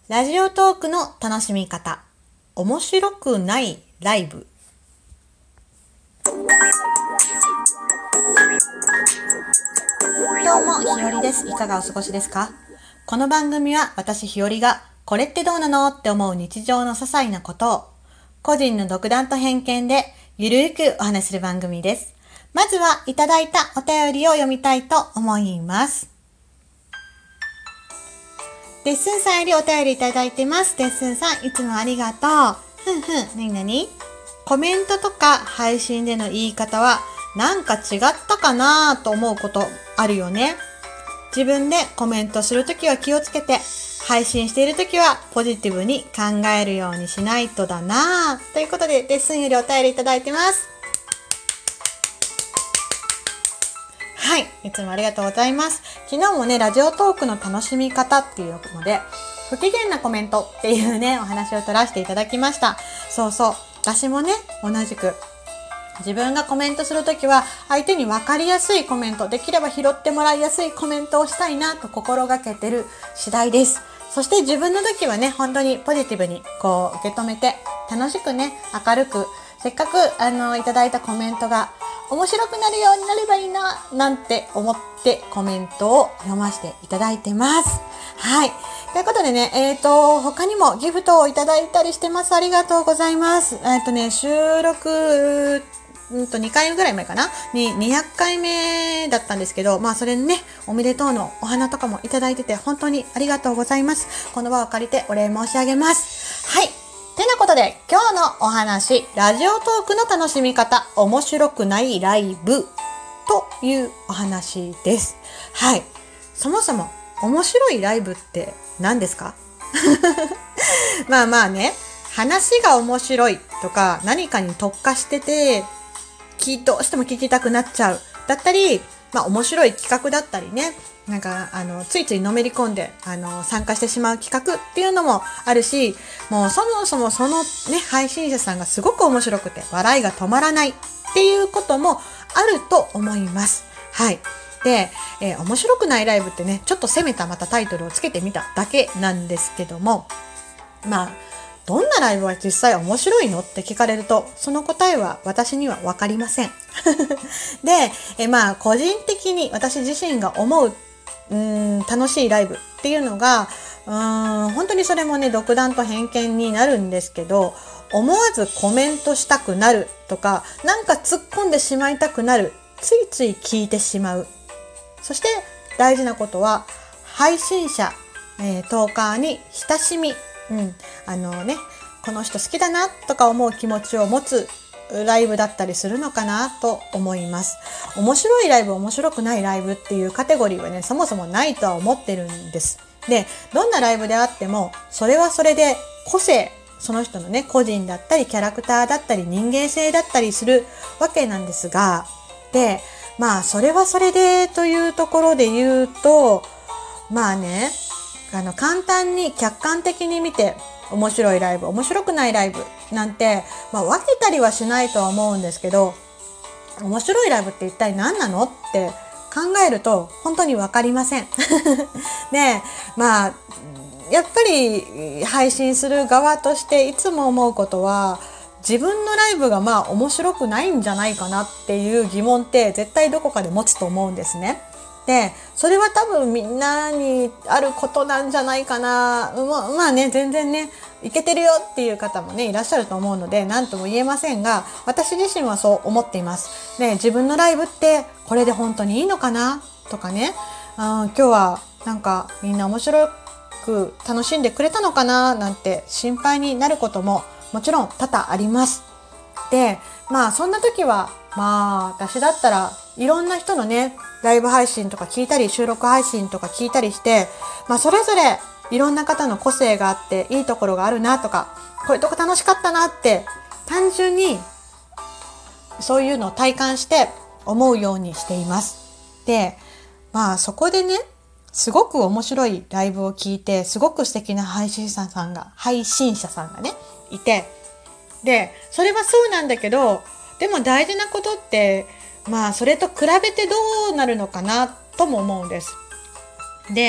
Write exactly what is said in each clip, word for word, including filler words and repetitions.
ラジオトークの楽しみ方、面白くないライブ。どうも、ひよりです。いかがお過ごしですか？この番組は私ひよりが、これってどうなのって思う日常の些細なことを、個人の独断と偏見でゆるくお話しする番組です。まずはいただいたお便りを読みたいと思います。デッスンさんよりお便りいただいてます。デッスンさん、いつもありがとう。ふんふん、なになに？コメントとか配信での言い方はなんか違ったかなと思うことあるよね。自分でコメントするときは気をつけて、配信しているときはポジティブに考えるようにしないとだなということで、デッスンよりお便りいただいてます。はい、いつもありがとうございます。昨日もね、ラジオトークの楽しみ方っていうので、不機嫌なコメントっていうね、お話を取らせていただきました。そうそう、私もね、同じく自分がコメントするときは相手に分かりやすいコメント、できれば拾ってもらいやすいコメントをしたいなと心がけてる次第です。そして自分の時はね、本当にポジティブにこう受け止めて、楽しくね、明るく、せっかくあのいただいたコメントが面白くなるようになればいいななんて思ってコメントを読ませていただいてます。はい。ということでね、えっと、他にもギフトをいただいたりしてます。ありがとうございます。えっとね、収録、うんとにかいぐらい前かなににひゃっかいめだったんですけど、まあそれにね、おめでとうのお花とかもいただいてて本当にありがとうございます。この場を借りてお礼申し上げます。はい。てなことで今日のお話、ラジオトークの楽しみ方、面白くないライブというお話です。はい。そもそも面白いライブって何ですか？まあまあね、話が面白いとか何かに特化してて、どうしても聞きたくなっちゃうだったり、まあ面白い企画だったりね、なんかあのついついのめり込んであの参加してしまう企画っていうのもあるし、もうそもそもそのね配信者さんがすごく面白くて笑いが止まらないっていうこともあると思います。はい。で、えー、面白くないライブってね、ちょっと攻めたまたタイトルをつけてみただけなんですけども、まあどんなライブは実際面白いのって聞かれると、その答えは私にはわかりません。で、えまあ個人的に私自身が思う、うーん楽しいライブっていうのが、うーん本当にそれもね独断と偏見になるんですけど、思わずコメントしたくなるとか、なんか突っ込んでしまいたくなる、ついつい聞いてしまう。そして大事なことは配信者、えー、トーカーに親しみ、うん、あのね、この人好きだなとか思う気持ちを持つライブだったりするのかなと思います。面白いライブ、面白くないライブっていうカテゴリーはね、そもそもないとは思ってるんです。で、どんなライブであっても、それはそれで個性、その人のね、個人だったり、キャラクターだったり、人間性だったりするわけなんですが、で、まあ、それはそれでというところで言うと、まあね、あの簡単に客観的に見て面白いライブ、面白くないライブなんて、まあ、分けたりはしないとは思うんですけど、面白いライブって一体何なのって考えると本当に分かりません。で、まあやっぱり配信する側としていつも思うことは、自分のライブがまあ面白くないんじゃないかなっていう疑問って絶対どこかで持つと思うんですね。で、それは多分みんなにあることなんじゃないかな。ま, まあね、全然ね、いけてるよっていう方もね、いらっしゃると思うので、何とも言えませんが、私自身はそう思っています。で、自分のライブってこれで本当にいいのかなとかね、あ今日はなんかみんな面白く楽しんでくれたのかななんて心配になることももちろん多々あります。で、まあそんな時は、まあ私だったらいろんな人のね、ライブ配信とか聞いたり、収録配信とか聞いたりして、まあそれぞれいろんな方の個性があっていいところがあるなとか、こういうとこ楽しかったなって単純にそういうのを体感して思うようにしています。で、まあそこでね、すごく面白いライブを聞いて、すごく素敵な配信者さんが、配信者さんがね、いて、で、それはそうなんだけど、でも大事なことって、まあそれと比べてどうなるのかなとも思うんです。で、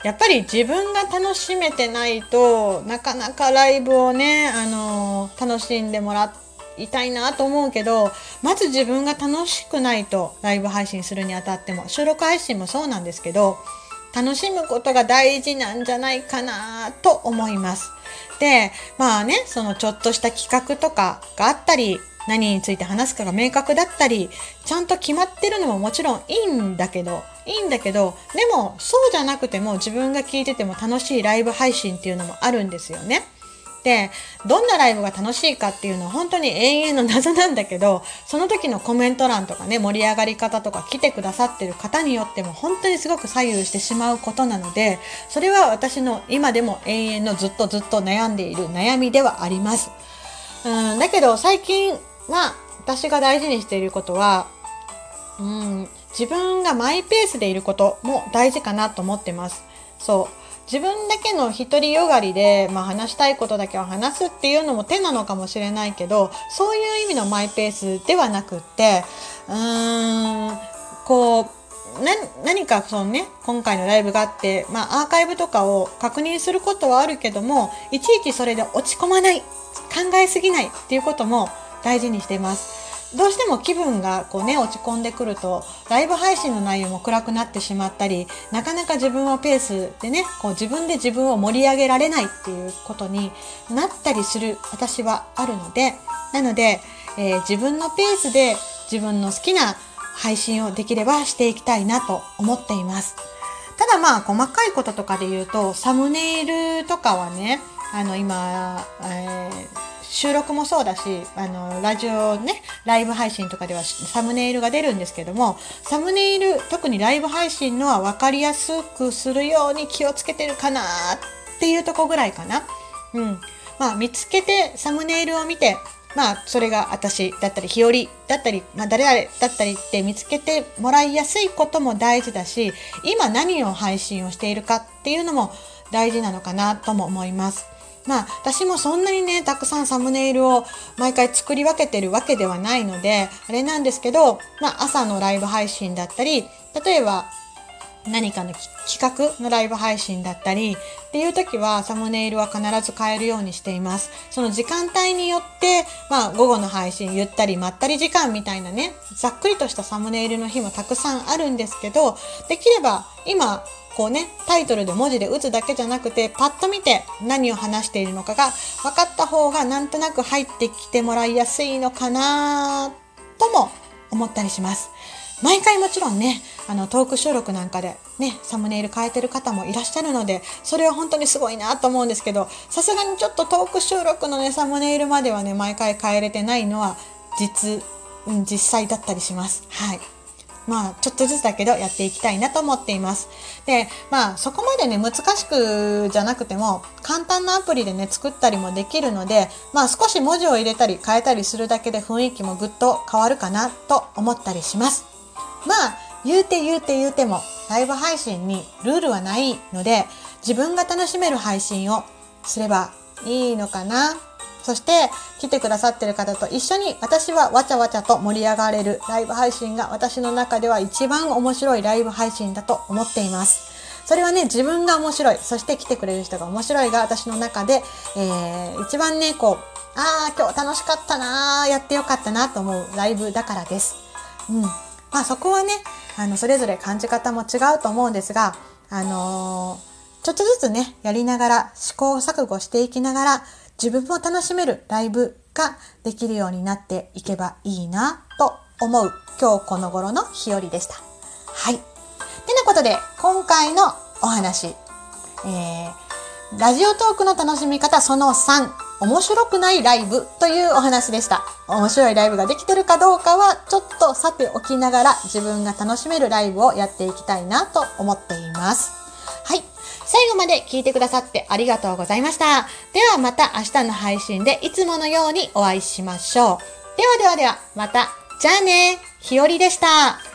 やっぱり自分が楽しめてないとなかなかライブをね、あのー、楽しんでもらいたいなと思うけど、まず自分が楽しくないとライブ配信するにあたっても、収録配信もそうなんですけど、楽しむことが大事なんじゃないかなと思います。で、まあね、そのちょっとした企画とかがあったり、何について話すかが明確だったり、ちゃんと決まってるのももちろんいいんだけど、いいんだけど、でもそうじゃなくても自分が聞いてても楽しいライブ配信っていうのもあるんですよね。で、どんなライブが楽しいかっていうのは本当に永遠の謎なんだけど、その時のコメント欄とかね、盛り上がり方とか来てくださってる方によっても本当にすごく左右してしまうことなので、それは私の今でも永遠のずっとずっと悩んでいる悩みではあります。うん、だけど最近は私が大事にしていることは、うん、自分がマイペースでいることも大事かなと思ってます。そう。自分だけの独りよがりで、まあ、話したいことだけを話すっていうのも手なのかもしれないけど、そういう意味のマイペースではなくって、うーん、こう、な、何かそのね、今回のライブがあって、まあ、アーカイブとかを確認することはあるけども、いちいちそれで落ち込まない、考えすぎないっていうことも大事にしています。どうしても気分がこうね、落ち込んでくると、ライブ配信の内容も暗くなってしまったり、なかなか自分をペースでね、こう自分で自分を盛り上げられないっていうことになったりする私はあるので、なので、えー、自分のペースで自分の好きな配信をできればしていきたいなと思っています。ただまあ、細かいこととかで言うと、サムネイルとかはね、あの今、えー収録もそうだし、あの、ラジオね、ライブ配信とかではサムネイルが出るんですけども、サムネイル、特にライブ配信のは分かりやすくするように気をつけてるかなっていうとこぐらいかな。うん。まあ、見つけてサムネイルを見て、まあ、それが私だったり、日和だったり、まあ、誰々だったりって見つけてもらいやすいことも大事だし、今何を配信をしているかっていうのも大事なのかなとも思います。まあ、私もそんなにね、たくさんサムネイルを毎回作り分けてるわけではないので、あれなんですけど、まあ、朝のライブ配信だったり、例えば、何かの企画のライブ配信だったりっていう時はサムネイルは必ず変えるようにしています。その時間帯によって、まあ午後の配信、ゆったりまったり時間みたいなね、ざっくりとしたサムネイルの日もたくさんあるんですけど、できれば今、こうね、タイトルで文字で打つだけじゃなくて、パッと見て何を話しているのかが分かった方がなんとなく入ってきてもらいやすいのかなとも思ったりします。毎回もちろんね、あのトーク収録なんかでね、サムネイル変えてる方もいらっしゃるので、それは本当にすごいなと思うんですけど、さすがにちょっとトーク収録のね、サムネイルまではね、毎回変えれてないのは実、うん、実際だったりします。はい。まあ、ちょっとずつだけどやっていきたいなと思っています。で、まあ、そこまでね、難しくじゃなくても、簡単なアプリでね、作ったりもできるので、まあ、少し文字を入れたり変えたりするだけで雰囲気もぐっと変わるかなと思ったりします。まあ、言うて言うて言うても、ライブ配信にルールはないので、自分が楽しめる配信をすればいいのかな。そして、来てくださってる方と一緒に私はわちゃわちゃと盛り上がれるライブ配信が私の中では一番面白いライブ配信だと思っています。それはね、自分が面白い、そして来てくれる人が面白いが私の中で、えー、一番ね、こう、あー、今日楽しかったなー、やってよかったなと思うライブだからです。うん。まあそこはね、あの、それぞれ感じ方も違うと思うんですが、あのー、ちょっとずつね、やりながら、試行錯誤していきながら、自分も楽しめるライブができるようになっていけばいいなと思う今日この頃の日和でした。はい。てなことで、今回のお話、えー、ラジオトークの楽しみ方そのさん、面白くないライブというお話でした。面白いライブができてるかどうかはちょっとさておきながら自分が楽しめるライブをやっていきたいなと思っています。はい。最後まで聞いてくださってありがとうございました。ではまた明日の配信でいつものようにお会いしましょう。ではではではまた。じゃあね。ひよりでした。